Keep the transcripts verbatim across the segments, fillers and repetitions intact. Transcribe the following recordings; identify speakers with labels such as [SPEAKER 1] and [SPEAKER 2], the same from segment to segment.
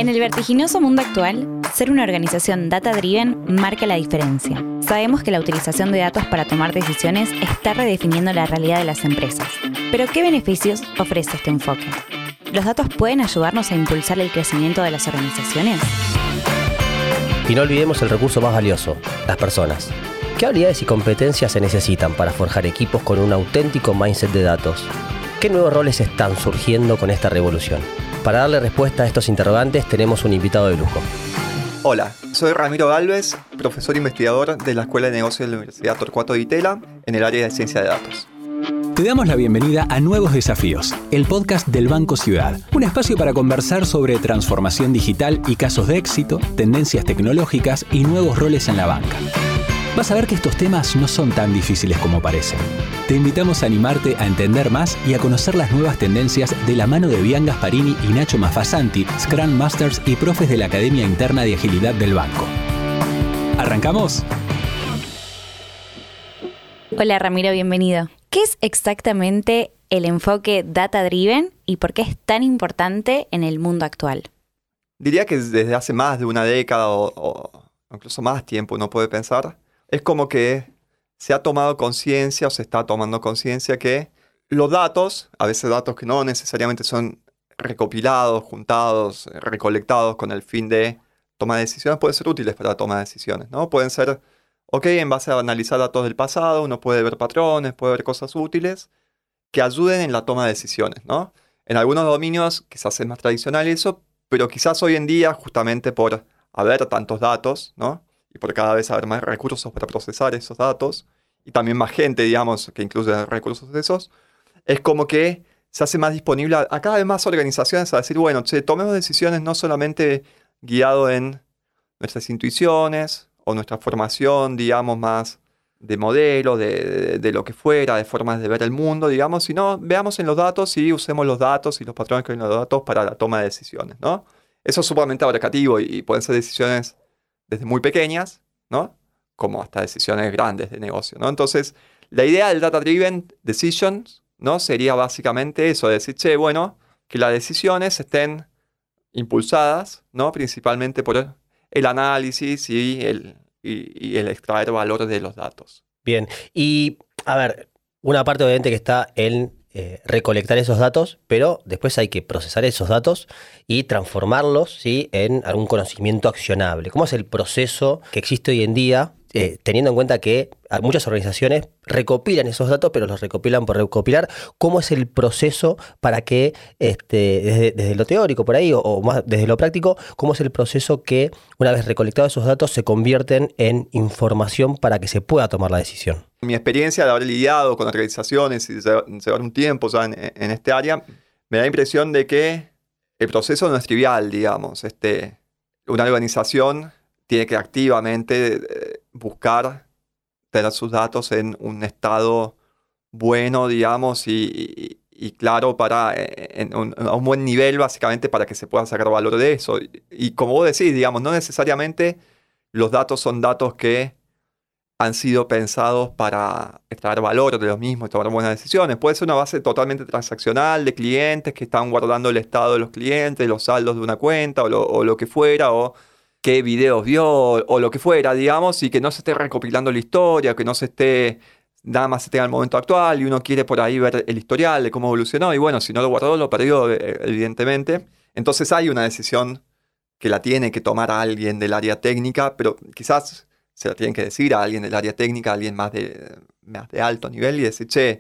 [SPEAKER 1] En el vertiginoso mundo actual, ser una organización data-driven marca la diferencia. Sabemos que la utilización de datos para tomar decisiones está redefiniendo la realidad de las empresas. Pero ¿qué beneficios ofrece este enfoque? ¿Los datos pueden ayudarnos a impulsar el crecimiento de las organizaciones?
[SPEAKER 2] Y no olvidemos el recurso más valioso, las personas. ¿Qué habilidades y competencias se necesitan para forjar equipos con un auténtico mindset de datos? ¿Qué nuevos roles están surgiendo con esta revolución? Para darle respuesta a estos interrogantes tenemos un invitado de lujo.
[SPEAKER 3] Hola, soy Ramiro Gálvez, profesor investigador de la Escuela de Negocios de la Universidad Torcuato Di Tella en el área de Ciencia de Datos.
[SPEAKER 4] Te damos la bienvenida a Nuevos Desafíos, el podcast del Banco Ciudad. Un espacio para conversar sobre transformación digital y casos de éxito, tendencias tecnológicas y nuevos roles en la banca. Vas a ver que estos temas no son tan difíciles como parecen. Te invitamos a animarte a entender más y a conocer las nuevas tendencias de la mano de Bian Gasparini y Nacho Mafasanti, Scrum Masters y profes de la Academia Interna de Agilidad del Banco. ¿Arrancamos?
[SPEAKER 1] Hola Ramiro, bienvenido. ¿Qué es exactamente el enfoque data-driven y por qué es tan importante en el mundo actual?
[SPEAKER 3] Diría que desde hace más de una década o, o incluso más tiempo uno puede pensar, es como que se ha tomado conciencia o se está tomando conciencia que los datos, a veces datos que no necesariamente son recopilados, juntados, recolectados con el fin de tomar decisiones, pueden ser útiles para la toma de decisiones, ¿no? Pueden ser, ok, en base a analizar datos del pasado, uno puede ver patrones, puede ver cosas útiles que ayuden en la toma de decisiones, ¿no? En algunos dominios quizás es más tradicional eso, pero quizás hoy en día, justamente por haber tantos datos, ¿no? Y por cada vez haber más recursos para procesar esos datos, y también más gente, digamos, que incluye recursos de esos, es como que se hace más disponible a, a cada vez más organizaciones a decir, bueno, che, tomemos decisiones no solamente guiado en nuestras intuiciones o nuestra formación, digamos, más de modelo, de, de, de lo que fuera, de formas de ver el mundo, digamos, sino veamos en los datos y usemos los datos y los patrones que hay en los datos para la toma de decisiones, ¿no? Eso es sumamente abarcativo y, y pueden ser decisiones desde muy pequeñas, ¿no? Como hasta decisiones grandes de negocio, ¿no? Entonces, la idea del Data-Driven Decisions, ¿no? Sería básicamente eso, de decir, che, bueno, que las decisiones estén impulsadas, ¿no? Principalmente por el análisis y el, y, y el extraer valor de los datos.
[SPEAKER 2] Bien, y a ver, una parte obviamente que está en eh, recolectar esos datos, pero después hay que procesar esos datos y transformarlos, ¿sí?, en algún conocimiento accionable. ¿Cómo es el proceso que existe hoy en día, eh, teniendo en cuenta que muchas organizaciones recopilan esos datos, pero los recopilan por recopilar? ¿Cómo es el proceso para que, este, desde, desde lo teórico por ahí, o, o más desde lo práctico, cómo es el proceso que, una vez recolectados esos datos, se convierten en información para que se pueda tomar la decisión?
[SPEAKER 3] Mi experiencia de haber lidiado con organizaciones y de llevar un tiempo ya en, en este área, me da la impresión de que el proceso no es trivial, digamos. Este, una organización tiene que activamente eh, buscar tener sus datos en un estado bueno, digamos, y, y, y claro, para, en un, a un buen nivel, básicamente, para que se pueda sacar valor de eso. Y, y como vos decís, digamos, no necesariamente los datos son datos que han sido pensados para extraer valor de los mismos y tomar buenas decisiones. Puede ser una base totalmente transaccional de clientes que están guardando el estado de los clientes, los saldos de una cuenta o lo, o lo que fuera, o qué videos vio o lo que fuera, digamos, y que no se esté recopilando la historia, que no se esté, nada más se tenga el momento actual y uno quiere por ahí ver el historial de cómo evolucionó y bueno, si no lo guardó, lo perdió, evidentemente. Entonces hay una decisión que la tiene que tomar alguien del área técnica, pero quizás se la tienen que decir a alguien del área técnica, a alguien más de, más de alto nivel y decir, che,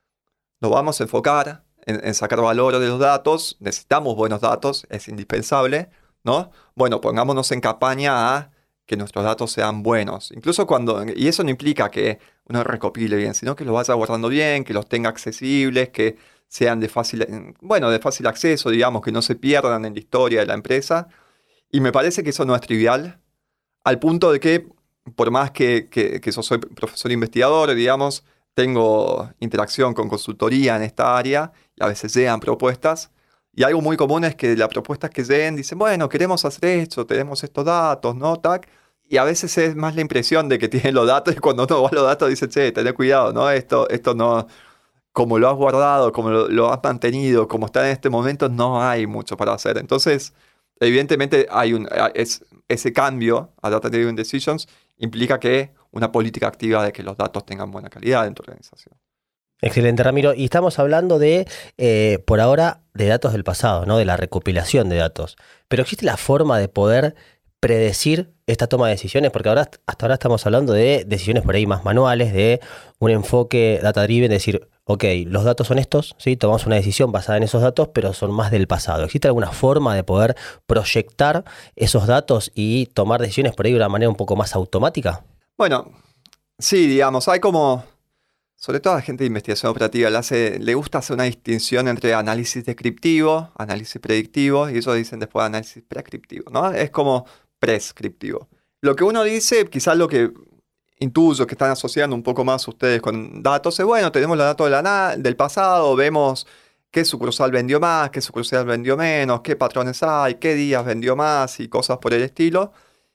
[SPEAKER 3] nos vamos a enfocar en, en sacar valor de los datos, necesitamos buenos datos, es indispensable, ¿no? Bueno, pongámonos en campaña a que nuestros datos sean buenos. Incluso cuando, y eso no implica que uno recopile bien, sino que los vaya guardando bien, que los tenga accesibles, que sean de fácil, bueno, de fácil acceso, digamos, que no se pierdan en la historia de la empresa. Y me parece que eso no es trivial, al punto de que, por más que, que, que yo soy profesor investigador, digamos, tengo interacción con consultoría en esta área, y a veces llegan propuestas, y algo muy común es que las propuestas que lleguen dicen, bueno, queremos hacer esto, tenemos estos datos, ¿no? Tac. Y a veces es más la impresión de que tienen los datos y cuando uno va a los datos dice, che, tened cuidado, ¿no? Esto, esto no, como lo has guardado, como lo, lo has mantenido, como está en este momento, no hay mucho para hacer. Entonces, evidentemente hay un, es, ese cambio a Data Driven Decisions implica que una política activa de que los datos tengan buena calidad en tu organización.
[SPEAKER 2] Excelente, Ramiro. Y estamos hablando de, eh, por ahora, de datos del pasado, ¿no? De la recopilación de datos. Pero ¿existe la forma de poder predecir esta toma de decisiones? Porque ahora, hasta ahora estamos hablando de decisiones por ahí más manuales, de un enfoque data-driven, de decir, ok, los datos son estos, ¿sí? Tomamos una decisión basada en esos datos, pero son más del pasado. ¿Existe alguna forma de poder proyectar esos datos y tomar decisiones por ahí de una manera un poco más automática?
[SPEAKER 3] Bueno, sí, digamos, hay como... Sobre todo a la gente de investigación operativa le, hace, le gusta hacer una distinción entre análisis descriptivo, análisis predictivo, y eso dicen después análisis prescriptivo, ¿no? Es como prescriptivo. Lo que uno dice, quizás lo que intuyo que están asociando un poco más ustedes con datos, es bueno, tenemos los datos de la, del pasado, vemos qué sucursal vendió más, qué sucursal vendió menos, qué patrones hay, qué días vendió más y cosas por el estilo.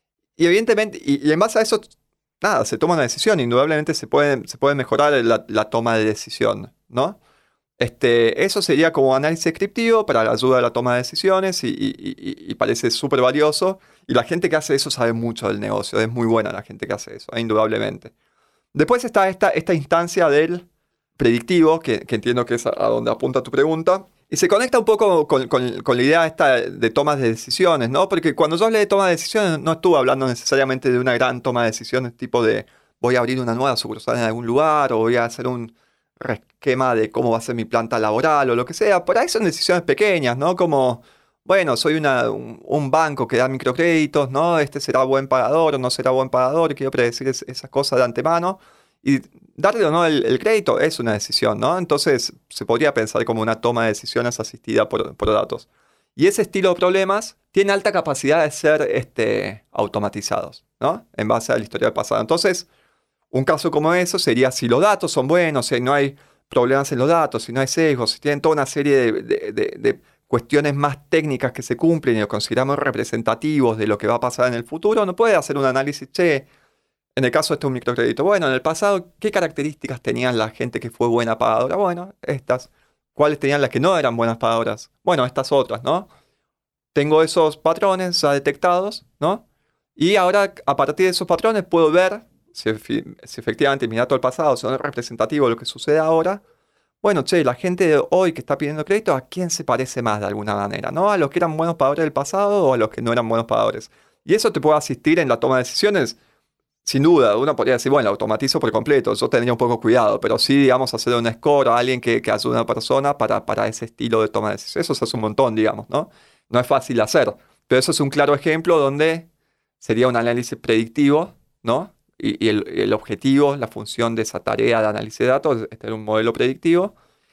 [SPEAKER 3] Y evidentemente, y, y en base a eso... Nada, se toma una decisión, indudablemente se puede, se puede mejorar la, la toma de decisión, ¿no? Este, eso sería como análisis descriptivo para la ayuda de la toma de decisiones y, y, y, y parece súper valioso. Y la gente que hace eso sabe mucho del negocio, es muy buena la gente que hace eso, ¿eh? Indudablemente. Después está esta, esta instancia del predictivo, que, que entiendo que es a, a donde apunta tu pregunta. Y se conecta un poco con, con, con la idea esta de tomas de decisiones, ¿no? Porque cuando yo hablé de toma de decisiones, no estuve hablando necesariamente de una gran toma de decisiones, tipo de voy a abrir una nueva sucursal en algún lugar, o voy a hacer un esquema de cómo va a ser mi planta laboral, o lo que sea. Por ahí son decisiones pequeñas, ¿no? Como, bueno, soy una, un, un banco que da microcréditos, ¿no? Este será buen pagador o no será buen pagador, quiero predecir es, esas cosas de antemano. Y darle o no el, el crédito es una decisión, ¿no? Entonces se podría pensar como una toma de decisiones asistida por, por datos. Y ese estilo de problemas tiene alta capacidad de ser este, automatizados, ¿no? En base a la historia del pasado. Entonces, un caso como eso sería si los datos son buenos, si no hay problemas en los datos, si no hay sesgos, si tienen toda una serie de, de, de, de cuestiones más técnicas que se cumplen y lo consideramos representativos de lo que va a pasar en el futuro, no puede hacer un análisis, che, en el caso de este un microcrédito. Bueno, en el pasado, ¿qué características tenían la gente que fue buena pagadora? Bueno, estas. ¿Cuáles tenían las que no eran buenas pagadoras? Bueno, estas otras, ¿no? Tengo esos patrones ya detectados, ¿no? Y ahora, a partir de esos patrones, puedo ver si, si efectivamente mis datos del pasado son representativos de lo que sucede ahora. Bueno, che, la gente de hoy que está pidiendo crédito, ¿a quién se parece más de alguna manera? ¿No? ¿A los que eran buenos pagadores del pasado o a los que no eran buenos pagadores? Y eso te puede asistir en la toma de decisiones. Sin duda, uno podría decir, bueno, automatizo por completo, yo tendría un poco cuidado, pero sí, digamos, hacer un score a alguien que, que ayude a una persona para, para ese estilo de toma de decisiones. Eso se hace un montón, digamos, ¿no? No es fácil de hacer, pero eso es un claro ejemplo donde sería un análisis predictivo, ¿no? Y, y el, el objetivo, la función de esa tarea de análisis de datos es tener un modelo predictivo.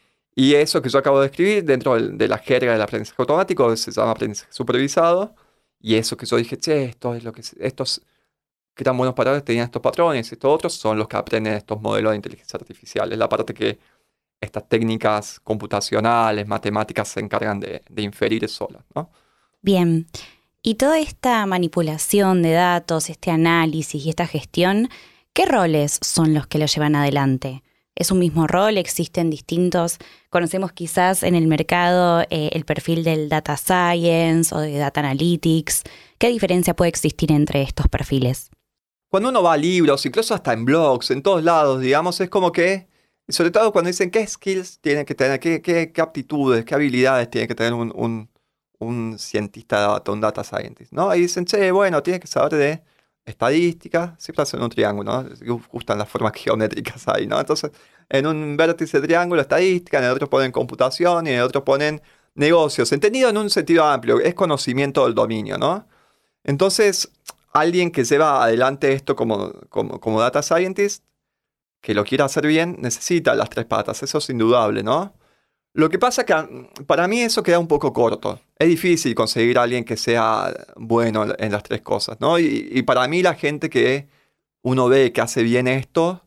[SPEAKER 3] Y eso que yo acabo de escribir dentro del, de la jerga del aprendizaje automático se llama aprendizaje supervisado. Y eso que yo dije, che, esto es lo que... Estos, que tan buenos paradores tenían estos patrones y estos otros son los que aprenden estos modelos de inteligencia artificial. Es la parte que estas técnicas computacionales, matemáticas se encargan de, de inferir solas, ¿no?
[SPEAKER 1] Bien. Y toda esta manipulación de datos, este análisis y esta gestión, ¿qué roles son los que lo llevan adelante? ¿Es un mismo rol? ¿Existen distintos? Conocemos quizás en el mercado eh, el perfil del Data Science o de Data Analytics. ¿Qué diferencia puede existir entre estos perfiles?
[SPEAKER 3] Cuando uno va a libros, incluso hasta en blogs, en todos lados, digamos, es como que, sobre todo cuando dicen qué skills tiene que tener, qué, qué, qué aptitudes, qué habilidades tiene que tener un, un, un cientista de datos, un data scientist, ¿no? Ahí dicen, che, bueno, tienes que saber de estadística, siempre hacen un triángulo, ¿no? Gustan las formas geométricas ahí, ¿no? Entonces, en un vértice de triángulo, estadística, en el otro ponen computación y en el otro ponen negocios, entendido en un sentido amplio, es conocimiento del dominio, ¿no? Entonces, alguien que lleva adelante esto como, como, como data scientist, que lo quiera hacer bien, necesita las tres patas, eso es indudable, ¿no? Lo que pasa es que para mí eso queda un poco corto. Es difícil conseguir a alguien que sea bueno en las tres cosas, ¿no? Y, y para mí la gente que uno ve que hace bien esto,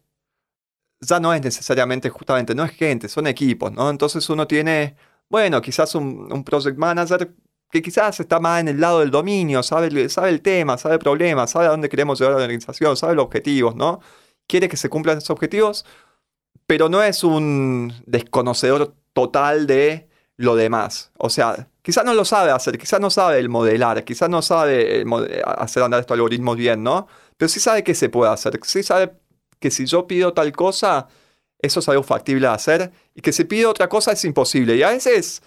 [SPEAKER 3] ya no es necesariamente, justamente, no es gente, son equipos, ¿no? Entonces uno tiene, bueno, quizás un, un project manager que quizás está más en el lado del dominio, sabe, sabe el tema, sabe el problema, sabe a dónde queremos llevar a la organización, sabe los objetivos, ¿no? Quiere que se cumplan esos objetivos, pero no es un desconocedor total de lo demás. O sea, quizás no lo sabe hacer, quizás no sabe el modelar, quizás no sabe hacer andar estos algoritmos bien, ¿no? Pero sí sabe que se puede hacer, sí sabe que si yo pido tal cosa, eso es algo factible de hacer, y que si pido otra cosa es imposible. Y a veces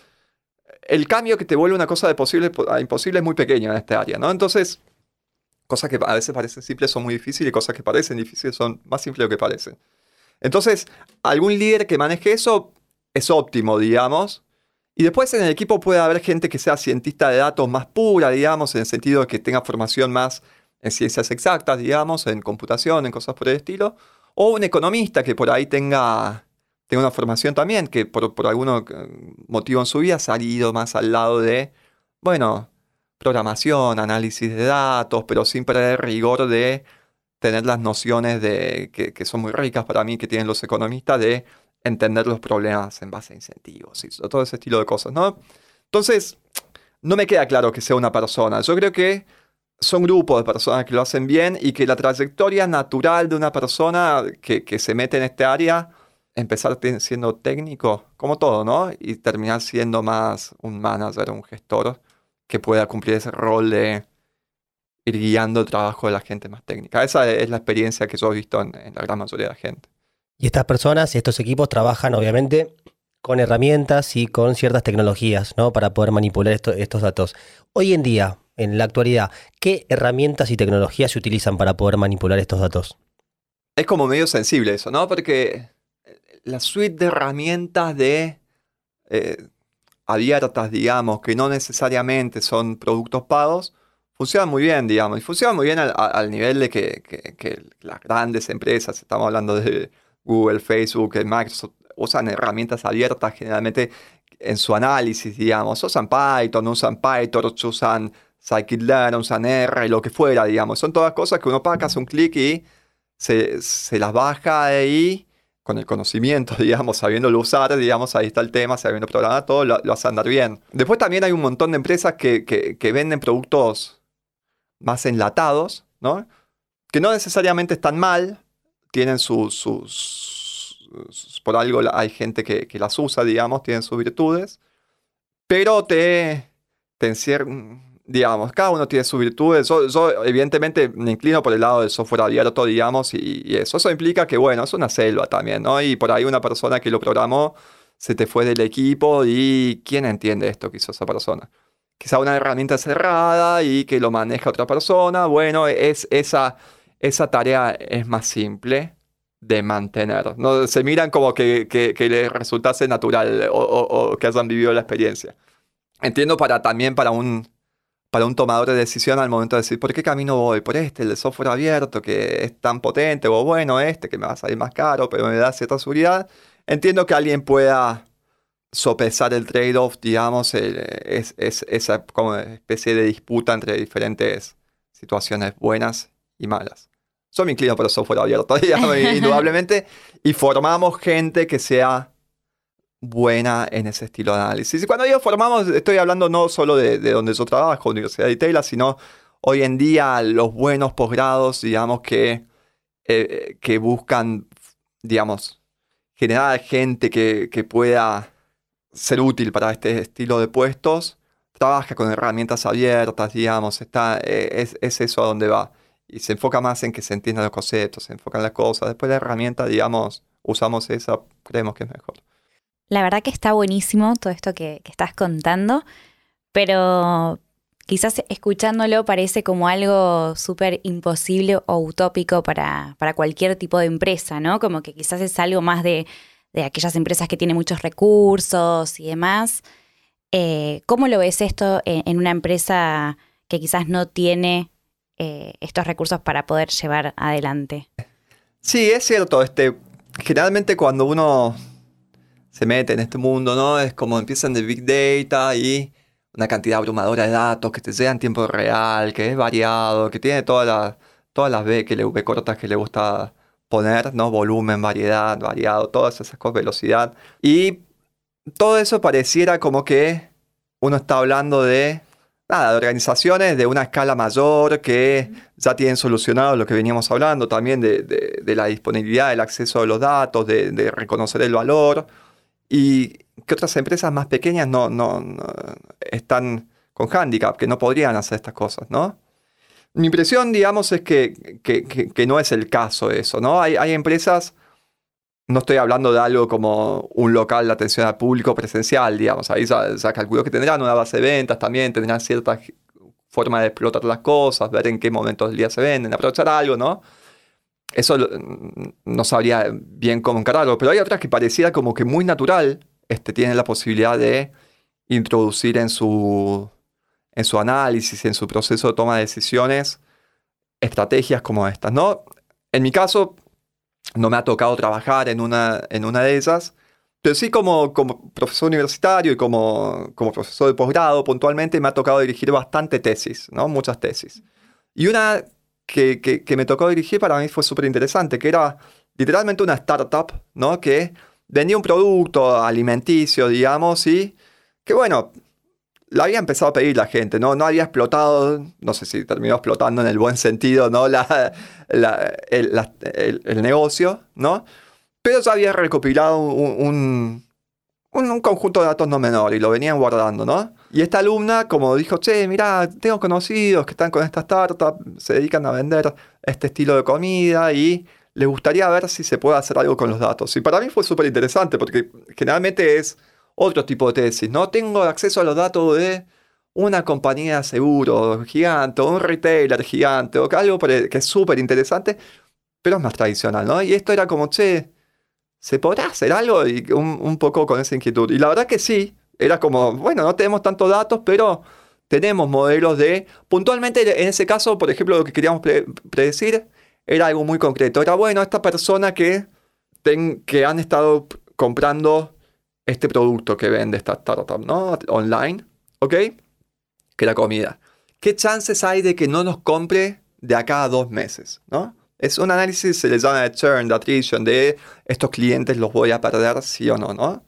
[SPEAKER 3] el cambio que te vuelve una cosa de posible a imposible es muy pequeño en esta área, ¿no? Entonces, cosas que a veces parecen simples son muy difíciles y cosas que parecen difíciles son más simples de lo que parecen. Entonces, algún líder que maneje eso es óptimo, digamos. Y después en el equipo puede haber gente que sea cientista de datos más pura, digamos, en el sentido de que tenga formación más en ciencias exactas, digamos, en computación, en cosas por el estilo. O un economista que por ahí tenga, tenga una formación también, que por, por algún motivo en su vida se ha ido más al lado de, bueno, programación, análisis de datos, pero sin perder el rigor de tener las nociones de, que, que son muy ricas para mí, que tienen los economistas, de entender los problemas en base a incentivos y todo ese estilo de cosas, ¿no? Entonces, no me queda claro que sea una persona. Yo creo que son grupos de personas que lo hacen bien y que la trayectoria natural de una persona que, que se mete en este área, empezar siendo técnico, como todo, ¿no? Y terminar siendo más un manager, un gestor que pueda cumplir ese rol de ir guiando el trabajo de la gente más técnica. Esa es la experiencia que yo he visto en, en la gran mayoría de la gente.
[SPEAKER 2] Y estas personas y estos equipos trabajan, obviamente, con herramientas y con ciertas tecnologías, ¿no? Para poder manipular esto, estos datos. Hoy en día, en la actualidad, ¿qué herramientas y tecnologías se utilizan para poder manipular estos datos?
[SPEAKER 3] Es como medio sensible eso, ¿no? Porque la suite de herramientas de eh, abiertas, digamos, que no necesariamente son productos pagos, funcionan muy bien, digamos. Y funcionan muy bien al, al nivel de que, que, que las grandes empresas, estamos hablando de Google, Facebook, Microsoft, usan herramientas abiertas generalmente en su análisis, digamos. Usan Python, usan PyTorch, usan Scikit-learn, usan R, lo que fuera, digamos. Son todas cosas que uno paga, hace un clic y se, se las baja ahí con el conocimiento, digamos, sabiéndolo usar, digamos, ahí está el tema, sabiendo programar todo, lo, lo hace andar bien. Después también hay un montón de empresas que, que, que venden productos más enlatados, ¿no? Que no necesariamente están mal, tienen sus, sus, sus por algo hay gente que, que las usa, digamos, tienen sus virtudes, pero te, te encierran, digamos, cada uno tiene sus virtudes. Yo, yo evidentemente me inclino por el lado del software abierto, digamos, y, y eso. Eso implica que, bueno, es una selva también, ¿no? Y por ahí una persona que lo programó se te fue del equipo y ¿quién entiende esto que hizo esa persona? Quizá una herramienta cerrada y que lo maneja otra persona. Bueno, es, esa, esa tarea es más simple de mantener, ¿no? Se miran como que, que, que les resultase natural o, o, o que hayan vivido la experiencia. Entiendo para, también para un, para un tomador de decisión al momento de decir, ¿por qué camino voy? ¿Por este, el de software abierto, que es tan potente? O bueno, este, que me va a salir más caro, pero me da cierta seguridad. Entiendo que alguien pueda sopesar el trade-off, digamos, el, es, es, esa como especie de disputa entre diferentes situaciones buenas y malas. Yo me inclino por el software abierto, digamos, indudablemente, y formamos gente que sea buena en ese estilo de análisis. Y cuando digo formamos, estoy hablando no solo de, de donde yo trabajo, Universidad de Itela, sino hoy en día los buenos posgrados, digamos, que, eh, que buscan, digamos, generar gente que, que pueda ser útil para este estilo de puestos, trabaja con herramientas abiertas, digamos, está, eh, es, es eso a donde va. Y se enfoca más en que se entiendan los conceptos, se enfocan las cosas. Después la herramienta, digamos, usamos esa, creemos que es mejor.
[SPEAKER 1] La verdad que está buenísimo todo esto que, que estás contando, pero quizás escuchándolo parece como algo súper imposible o utópico para, para cualquier tipo de empresa, ¿no? Como que quizás es algo más de, de aquellas empresas que tienen muchos recursos y demás. Eh, ¿Cómo lo ves esto en, en una empresa que quizás no tiene eh, estos recursos para poder llevar adelante?
[SPEAKER 3] Sí, es cierto. Este, generalmente cuando uno se mete en este mundo, ¿no? Es como empiezan de Big Data y una cantidad abrumadora de datos que te llega en tiempo real, que es variado, que tiene todas las, todas las B, que le, B cortas que le gusta poner, ¿no? Volumen, variedad, variado, todas esas cosas, velocidad. Y todo eso pareciera como que uno está hablando de, nada, de organizaciones de una escala mayor que ya tienen solucionado lo que veníamos hablando, también de, de, de la disponibilidad, del acceso a los datos, de, de reconocer el valor. Y, que otras empresas más pequeñas no, no, no están con handicap, que no podrían hacer estas cosas, ¿no? Mi impresión, digamos, es que, que, que, que no es el caso eso, ¿no? Hay, hay empresas, no estoy hablando de algo como un local de atención al público presencial, digamos, ahí ya, ya calculo que tendrán una base de ventas también, tendrán cierta forma de explotar las cosas, ver en qué momentos del día se venden, aprovechar algo, ¿no? Eso no sabría bien cómo encararlo, pero hay otras que pareciera como que muy natural este, tienen la posibilidad de introducir en su, en su análisis, en su proceso de toma de decisiones, estrategias como estas, ¿no? En mi caso, no me ha tocado trabajar en una, en una de ellas, pero sí como, como profesor universitario y como, como profesor de posgrado, puntualmente me ha tocado dirigir bastante tesis, ¿no? Muchas tesis. Y una que, que, que me tocó dirigir para mí fue súper interesante, que era literalmente una startup, ¿no? Que vendía un producto alimenticio, digamos, y que bueno, la había empezado a pedir la gente, ¿no? No había explotado, no sé si terminó explotando en el buen sentido, ¿no? La, la, el, la, el, el negocio, ¿no? Pero ya había recopilado un, un, un conjunto de datos no menor y lo venían guardando, ¿no? Y esta alumna, como dijo, che, mirá, tengo conocidos que están con esta startup, se dedican a vender este estilo de comida y les gustaría ver si se puede hacer algo con los datos. Y para mí fue súper interesante porque generalmente es otro tipo de tesis, ¿no? Tengo acceso a los datos de una compañía de seguro gigante, o un retailer gigante, o algo que es súper interesante, pero es más tradicional, ¿no? Y esto era como, che, ¿se podrá hacer algo? Y un, un poco con esa inquietud. Y la verdad que sí, era como, bueno, no tenemos tantos datos, pero tenemos modelos de... Puntualmente, en ese caso, por ejemplo, lo que queríamos pre- predecir era algo muy concreto. Era, bueno, esta persona que, ten, que han estado comprando este producto que vende esta startup, ¿no? Online, ¿ok? Que la comida. ¿Qué chances hay de que no nos compre de acá a dos meses, ¿no? Es un análisis, se le llama de churn, de attrition, de estos clientes los voy a perder, sí o no, ¿no?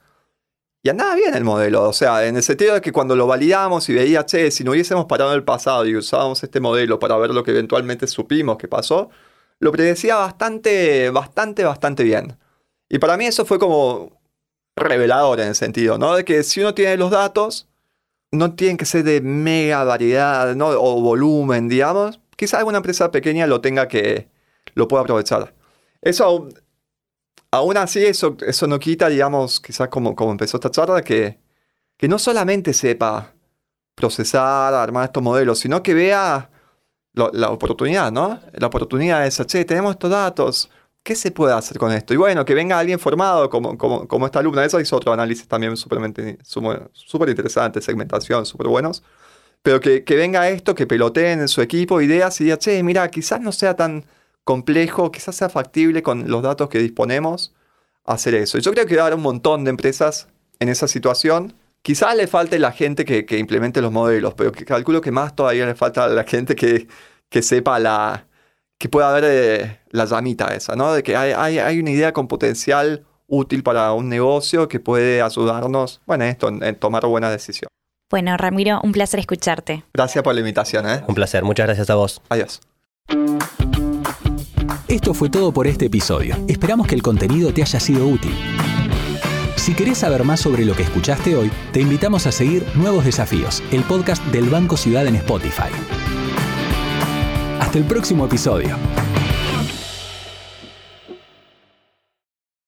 [SPEAKER 3] Y andaba bien el modelo, o sea, en el sentido de que cuando lo validamos y veía, che, si no hubiésemos parado en el pasado y usábamos este modelo para ver lo que eventualmente supimos que pasó, lo predecía bastante, bastante, bastante bien. Y para mí eso fue como revelador en el sentido, ¿no? De que si uno tiene los datos, no tienen que ser de mega variedad, ¿no? O volumen, digamos. Quizá alguna empresa pequeña lo tenga que, lo pueda aprovechar. Eso aún, aún así, eso, eso no quita, digamos, quizás como, como empezó esta charla, que, que no solamente sepa procesar, armar estos modelos, sino que vea lo, la oportunidad, ¿no? La oportunidad de decir, che, tenemos estos datos, ¿qué se puede hacer con esto? Y bueno, que venga alguien formado como, como, como esta alumna. Eso hizo otro análisis también súper interesante, segmentación, súper buenos. Pero que, que venga esto, que peloteen en su equipo ideas y diga, che, mira, quizás no sea tan complejo, quizás sea factible con los datos que disponemos hacer eso. Y yo creo que va a haber un montón de empresas en esa situación. Quizás le falte la gente que, que implemente los modelos, pero que calculo que más todavía le falta a la gente que, que sepa la... que pueda haber eh, la llamita esa, ¿no? De que hay, hay, hay una idea con potencial útil para un negocio que puede ayudarnos, bueno, esto, en, en tomar buenas decisiones.
[SPEAKER 1] Bueno, Ramiro, un placer escucharte.
[SPEAKER 3] Gracias por la invitación, ¿eh?
[SPEAKER 2] Un placer, muchas gracias a vos.
[SPEAKER 3] Adiós.
[SPEAKER 4] Esto fue todo por este episodio. Esperamos que el contenido te haya sido útil. Si querés saber más sobre lo que escuchaste hoy, te invitamos a seguir Nuevos Desafíos, el podcast del Banco Ciudad en Spotify. Hasta el próximo episodio.